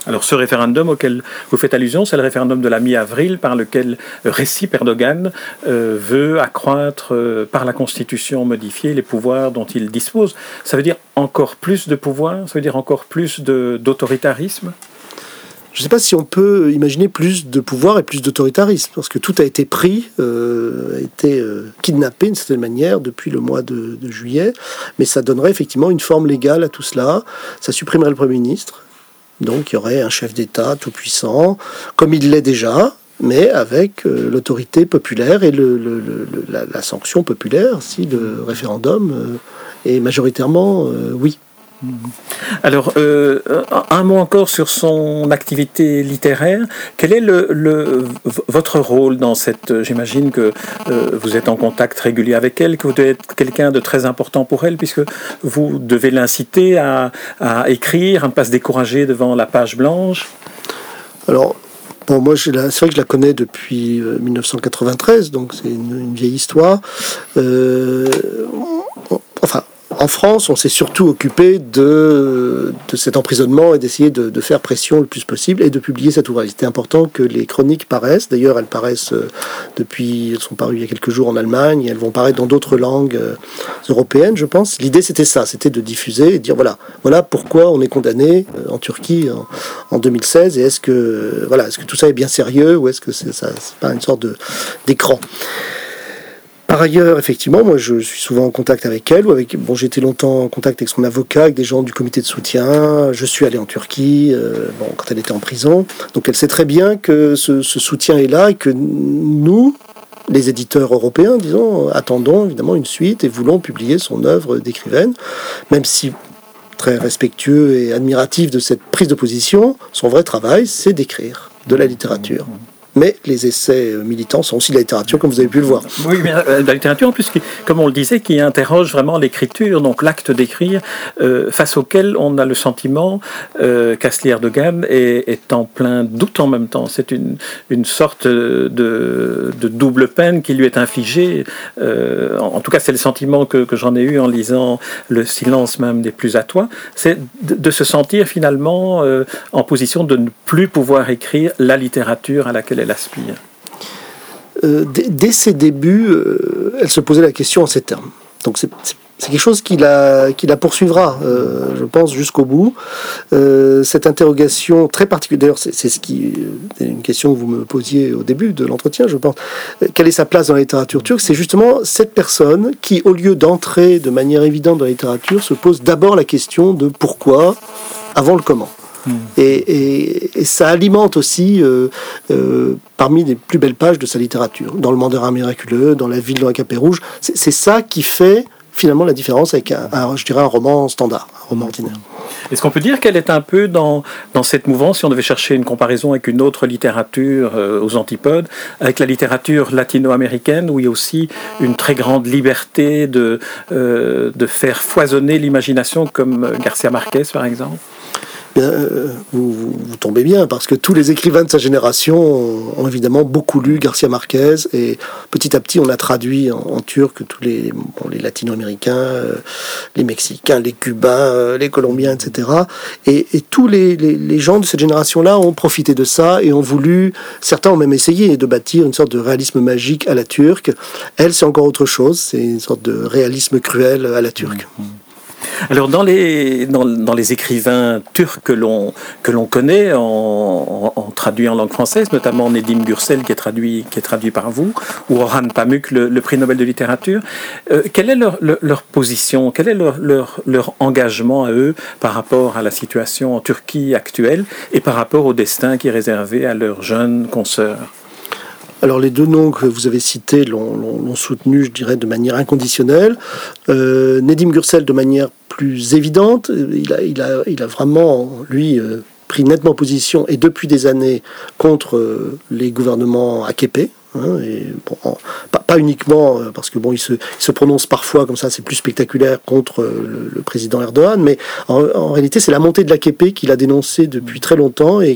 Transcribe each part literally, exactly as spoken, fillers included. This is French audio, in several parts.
Alors ce référendum auquel vous faites allusion, c'est le référendum de la mi-avril par lequel Recep Erdogan euh, veut accroître euh, par la Constitution modifiée les pouvoirs dont il dispose. Ça veut dire encore plus de pouvoir, ça veut dire encore plus de, d'autoritarisme? Je ne sais pas si on peut imaginer plus de pouvoir et plus d'autoritarisme, parce que tout a été pris, euh, a été euh, kidnappé d'une certaine manière depuis le mois de, de juillet, mais ça donnerait effectivement une forme légale à tout cela. Ça supprimerait le Premier ministre, donc il y aurait un chef d'État tout puissant, comme il l'est déjà, mais avec euh, l'autorité populaire et le, le, le, la, la sanction populaire, si le référendum euh, est majoritairement euh, oui. Alors, euh, un mot encore sur son activité littéraire. Quel est le, le, votre rôle dans cette... J'imagine que euh, vous êtes en contact régulier avec elle, que vous devez être quelqu'un de très important pour elle, puisque vous devez l'inciter à, à écrire, à ne pas se décourager devant la page blanche. Alors, bon, moi, c'est vrai que je la connais depuis euh, dix-neuf cent quatre-vingt-treize, donc c'est une, une vieille histoire. Euh, enfin... En France, on s'est surtout occupé de, de cet emprisonnement et d'essayer de, de faire pression le plus possible et de publier cet ouvrage. C'était important que les chroniques paraissent. D'ailleurs, elles paraissent depuis, elles sont parues il y a quelques jours en Allemagne, et elles vont paraître dans d'autres langues européennes, je pense. L'idée, c'était ça, c'était de diffuser et de dire voilà, voilà pourquoi on est condamné en Turquie en, en deux mille seize et est-ce que, voilà, est-ce que tout ça est bien sérieux ou est-ce que c'est, ça, c'est pas une sorte de, d'écran. Par ailleurs, effectivement, moi je suis souvent en contact avec elle, ou avec, bon, j'ai été longtemps en contact avec son avocat, avec des gens du comité de soutien. Je suis allé en Turquie, euh, bon, quand elle était en prison. Donc elle sait très bien que ce, ce soutien est là et que nous, les éditeurs européens, disons, attendons évidemment une suite et voulons publier son œuvre d'écrivaine, même si très respectueux et admiratif de cette prise de position, son vrai travail, c'est d'écrire de la littérature. Mais les essais militants sont aussi de la littérature, comme vous avez pu le voir. Oui, mais la littérature, en plus, qui, comme on le disait, qui interroge vraiment l'écriture, donc l'acte d'écrire, euh, face auquel on a le sentiment euh, qu'Asli Erdogan est, est en plein doute en même temps. C'est une, une sorte de, de double peine qui lui est infligée. Euh, en, en tout cas, c'est le sentiment que, que j'en ai eu en lisant Le silence même des plus à toi. C'est de, de se sentir finalement euh, en position de ne plus pouvoir écrire la littérature à laquelle elle aspire. Euh, dès, dès ses débuts, euh, elle se posait la question en ces termes. Donc c'est, c'est, c'est quelque chose qui la, qui la poursuivra, euh, je pense, jusqu'au bout. Euh, cette interrogation très particulière, d'ailleurs, c'est, c'est ce qui, c'est une question que vous me posiez au début de l'entretien, je pense. Quelle est sa place dans la littérature turque ? C'est justement cette personne qui, au lieu d'entrer de manière évidente dans la littérature, se pose d'abord la question de pourquoi avant le comment. Et, et, et ça alimente aussi euh, euh, parmi les plus belles pages de sa littérature. Dans Le Mandarin miraculeux, dans La ville dans un capet rouge, c'est, c'est ça qui fait finalement la différence avec un, un, je dirais un roman standard, un roman ordinaire. Est-ce qu'on peut dire qu'elle est un peu dans, dans cette mouvance, si on devait chercher une comparaison avec une autre littérature euh, aux antipodes, avec la littérature latino-américaine, où il y a aussi une très grande liberté de, euh, de faire foisonner l'imagination, comme Garcia Marquez par exemple ? Bien, euh, vous, vous, vous tombez bien, parce que tous les écrivains de sa génération ont, ont évidemment beaucoup lu Garcia Marquez, et petit à petit on a traduit en, en turc tous les, bon, les latino-américains, euh, les mexicains, les cubains, euh, les colombiens, et cetera. Et, et tous les, les, les gens de cette génération-là ont profité de ça et ont voulu, certains ont même essayé de bâtir une sorte de réalisme magique à la turque. Elle, c'est encore autre chose, c'est une sorte de réalisme cruel à la turque. Mmh. Alors dans les, dans, dans les écrivains turcs que l'on, que l'on connaît, en, en, en traduit en langue française, notamment Nedim Gürsel qui est traduit, qui est traduit par vous, ou Orhan Pamuk, le, le prix Nobel de littérature, euh, quelle est leur, leur, leur position, quel est leur, leur, leur engagement à eux par rapport à la situation en Turquie actuelle et par rapport au destin qui est réservé à leurs jeunes consoeurs ? Alors les deux noms que vous avez cités l'ont, l'ont, l'ont soutenu, je dirais, de manière inconditionnelle. Euh, Nedim Gürsel de manière plus évidente. Il a, il a, il a vraiment, lui, euh, pris nettement position, et depuis des années, contre euh, les gouvernements A K P. Hein, et bon, pas, pas uniquement parce que bon, il se, il se prononce parfois comme ça, c'est plus spectaculaire contre le, le président Erdogan, mais en, en réalité, c'est la montée de l'A K P qu'il a dénoncée depuis très longtemps et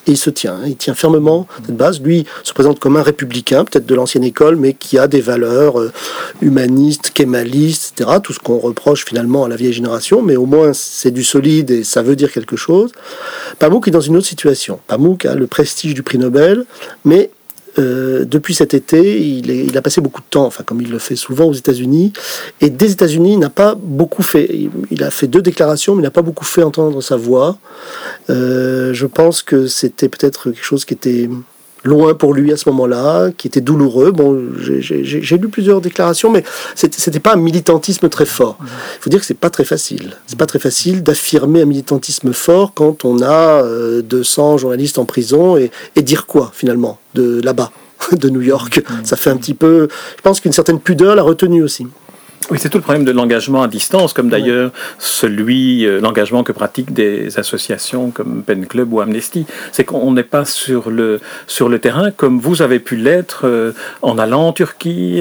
Et il se tient, hein, il tient fermement cette base. Lui se présente comme un républicain, peut-être de l'ancienne école, mais qui a des valeurs euh, humanistes, kémalistes, et cetera. Tout ce qu'on reproche finalement à la vieille génération, mais au moins c'est du solide et ça veut dire quelque chose. Pamuk est dans une autre situation. Pamuk a le prestige du prix Nobel, mais Euh, depuis cet été, il, est, il a passé beaucoup de temps, enfin comme il le fait souvent aux États-Unis, et des États-Unis, il n'a pas beaucoup fait. Il, il a fait deux déclarations, mais il n'a pas beaucoup fait entendre sa voix. Euh, je pense que c'était peut-être quelque chose qui était loin pour lui à ce moment-là, qui était douloureux. Bon, j'ai, j'ai, j'ai lu plusieurs déclarations, mais c'était, c'était pas un militantisme très fort. Il faut dire que c'est pas très facile. C'est pas très facile d'affirmer un militantisme fort quand on a euh, deux cents journalistes en prison et, et dire quoi finalement de là-bas, de New York. Ça fait un petit peu. Je pense qu'une certaine pudeur l'a retenu aussi. Oui, c'est tout le problème de l'engagement à distance, comme d'ailleurs celui, euh, l'engagement que pratiquent des associations comme Pen Club ou Amnesty. C'est qu'on n'est pas sur le, sur le terrain comme vous avez pu l'être euh, en allant en Turquie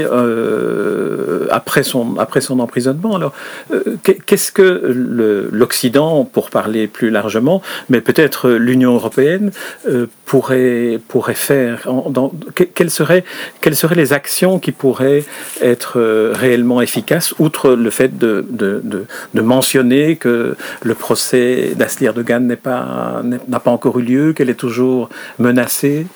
euh, après, son, après son emprisonnement. Alors, euh, qu'est-ce que le, l'Occident, pour parler plus largement, mais peut-être l'Union européenne, euh, pourrait, pourrait faire en, dans, quelles, seraient, quelles seraient les actions qui pourraient être euh, réellement efficaces, outre le fait de, de, de, de mentionner que le procès d'Asli Erdogan n'est pas, n'a pas encore eu lieu, qu'elle est toujours menacée?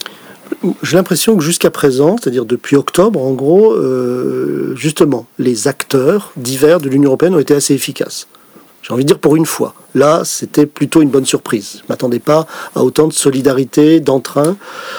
J'ai l'impression que jusqu'à présent, c'est-à-dire depuis octobre, en gros, euh, justement, les acteurs divers de l'Union européenne ont été assez efficaces. J'ai envie de dire pour une fois. Là, c'était plutôt une bonne surprise. Je ne m'attendais pas à autant de solidarité, d'entrain.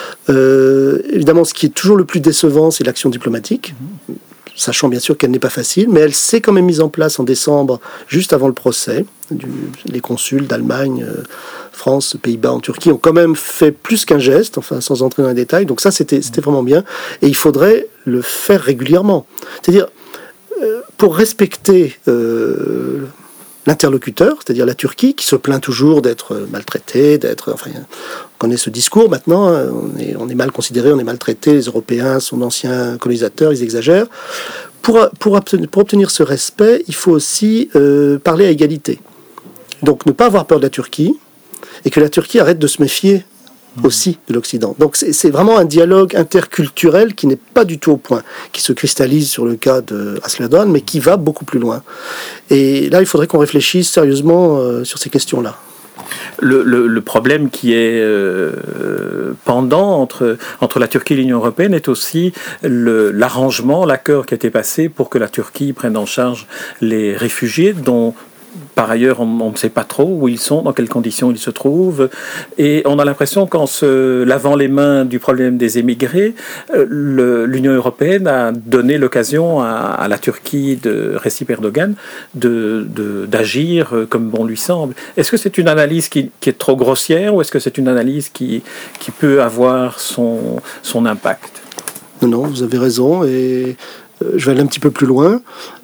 Euh, évidemment, ce qui est toujours le plus décevant, c'est l'action diplomatique. Sachant bien sûr qu'elle n'est pas facile, mais elle s'est quand même mise en place en décembre, juste avant le procès. Du, les consuls d'Allemagne, euh, France, Pays-Bas, en Turquie ont quand même fait plus qu'un geste, enfin sans entrer dans les détails. Donc ça, c'était, c'était vraiment bien. Et il faudrait le faire régulièrement. C'est-à-dire, euh, pour respecter euh, l'interlocuteur, c'est-à-dire la Turquie, qui se plaint toujours d'être maltraitée, d'être... Enfin, on connaît ce discours maintenant, hein, on, est, on est mal considéré, on est maltraité, les Européens sont d'anciens colonisateurs, ils exagèrent. Pour, pour, obtenir, pour obtenir ce respect, il faut aussi euh, parler à égalité. Donc ne pas avoir peur de la Turquie, et que la Turquie arrête de se méfier aussi de l'Occident. Donc c'est, c'est vraiment un dialogue interculturel qui n'est pas du tout au point, qui se cristallise sur le cas de Asli Erdogan, mais qui va beaucoup plus loin. Et là, il faudrait qu'on réfléchisse sérieusement euh, sur ces questions-là. Le, le, le problème qui est euh, pendant entre, entre la Turquie et l'Union européenne est aussi le, l'arrangement, l'accord qui a été passé pour que la Turquie prenne en charge les réfugiés dont par ailleurs, on, on ne sait pas trop où ils sont, dans quelles conditions ils se trouvent. Et on a l'impression qu'en se lavant les mains du problème des émigrés, le, l'Union européenne a donné l'occasion à, à la Turquie de Recep Erdogan de, de, d'agir comme bon lui semble. Est-ce que c'est une analyse qui, qui est trop grossière ou est-ce que c'est une analyse qui, qui peut avoir son, son impact? Non, non, vous avez raison. Et euh, je vais aller un petit peu plus loin.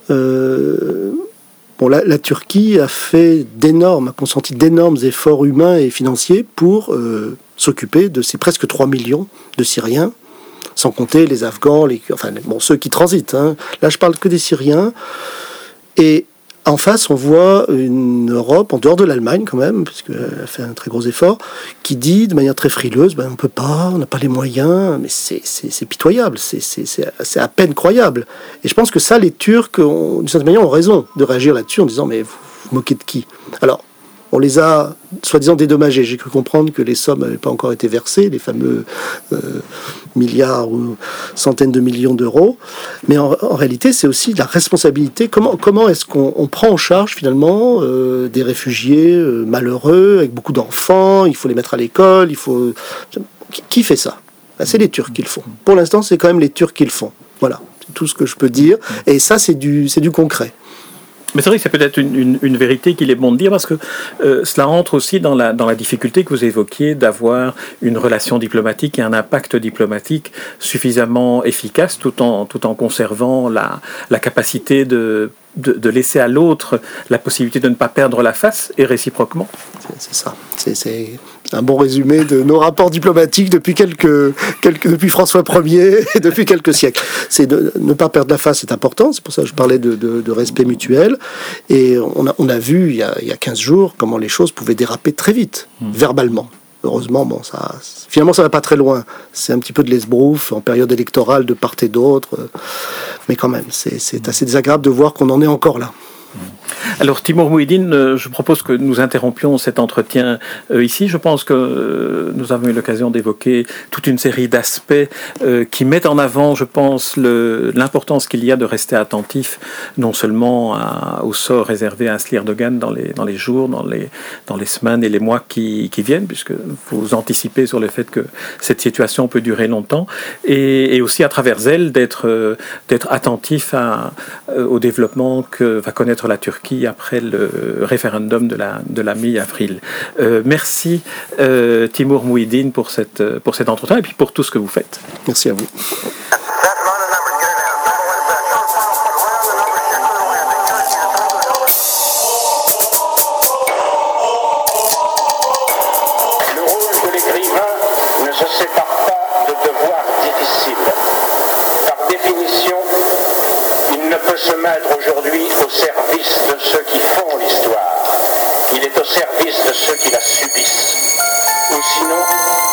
Euh... Bon, la, la Turquie a fait d'énormes, a consenti d'énormes efforts humains et financiers pour euh, s'occuper de ces presque trois millions de Syriens, sans compter les Afghans, les, enfin bon, ceux qui transitent. Hein. Là, je parle que des Syriens. Et en face, on voit une Europe, en dehors de l'Allemagne quand même, puisqu'elle a fait un très gros effort, qui dit de manière très frileuse, ben, on ne peut pas, on n'a pas les moyens, mais c'est, c'est, c'est pitoyable, c'est, c'est, c'est, c'est à peine croyable. Et je pense que ça, les Turcs, ont, d'une certaine manière, ont raison de réagir là-dessus en disant, mais vous vous moquez de qui? Alors, on les a, soi-disant, dédommagés. J'ai cru comprendre que les sommes n'avaient pas encore été versées, les fameux euh, milliards ou centaines de millions d'euros. Mais en, en réalité, c'est aussi la responsabilité. Comment, comment est-ce qu'on on prend en charge, finalement, euh, des réfugiés euh, malheureux, avec beaucoup d'enfants? Il faut les mettre à l'école, il faut... Qui, qui fait ça? Ben, c'est les Turcs qui le font. Pour l'instant, c'est quand même les Turcs qui le font. Voilà, c'est tout ce que je peux dire. Et ça, c'est du, c'est du concret. Mais c'est vrai que c'est peut-être une, une, une vérité qu'il est bon de dire parce que euh, cela entre aussi dans la, dans la difficulté que vous évoquiez d'avoir une relation diplomatique et un impact diplomatique suffisamment efficace tout en, tout en conservant la, la capacité de, de, de laisser à l'autre la possibilité de ne pas perdre la face et réciproquement. C'est, c'est ça. C'est, c'est un bon résumé de nos rapports diplomatiques depuis, quelques, quelques, depuis François Ier et depuis quelques siècles. C'est de ne pas perdre la face, c'est important. C'est pour ça que je parlais de, de, de respect mutuel. Et on a, on a vu il y a, il y a quinze jours comment les choses pouvaient déraper très vite, mmh. verbalement. heureusement, bon, ça, finalement, ça va pas très loin. C'est un petit peu de l'esbrouf en période électorale de part et d'autre, mais quand même, c'est, c'est assez désagréable de voir qu'on en est encore là. Alors Timur Mouhidine, je propose que nous interrompions cet entretien euh, ici. Je pense que euh, nous avons eu l'occasion d'évoquer toute une série d'aspects euh, qui mettent en avant, je pense, le, l'importance qu'il y a de rester attentif non seulement à, au sort réservé à Asli Erdogan dans les, dans les jours, dans les, dans les semaines et les mois qui, qui viennent, puisque vous anticipez sur le fait que cette situation peut durer longtemps, et, et aussi à travers elle d'être, euh, d'être attentif à, euh, au développement que va connaître la Turquie après le référendum de la, de la mi-avril. Euh, merci euh, Timur Mouhidine pour, cette, pour cet entretien et puis pour tout ce que vous faites. Merci à vous. Le rôle de l'écrivain ne se sépare pas de devoirs difficiles. Par définition, il ne peut se mettre aujourd'hui au service de ceux qui font l'histoire. Il est au service de ceux qui la subissent. Ou sinon,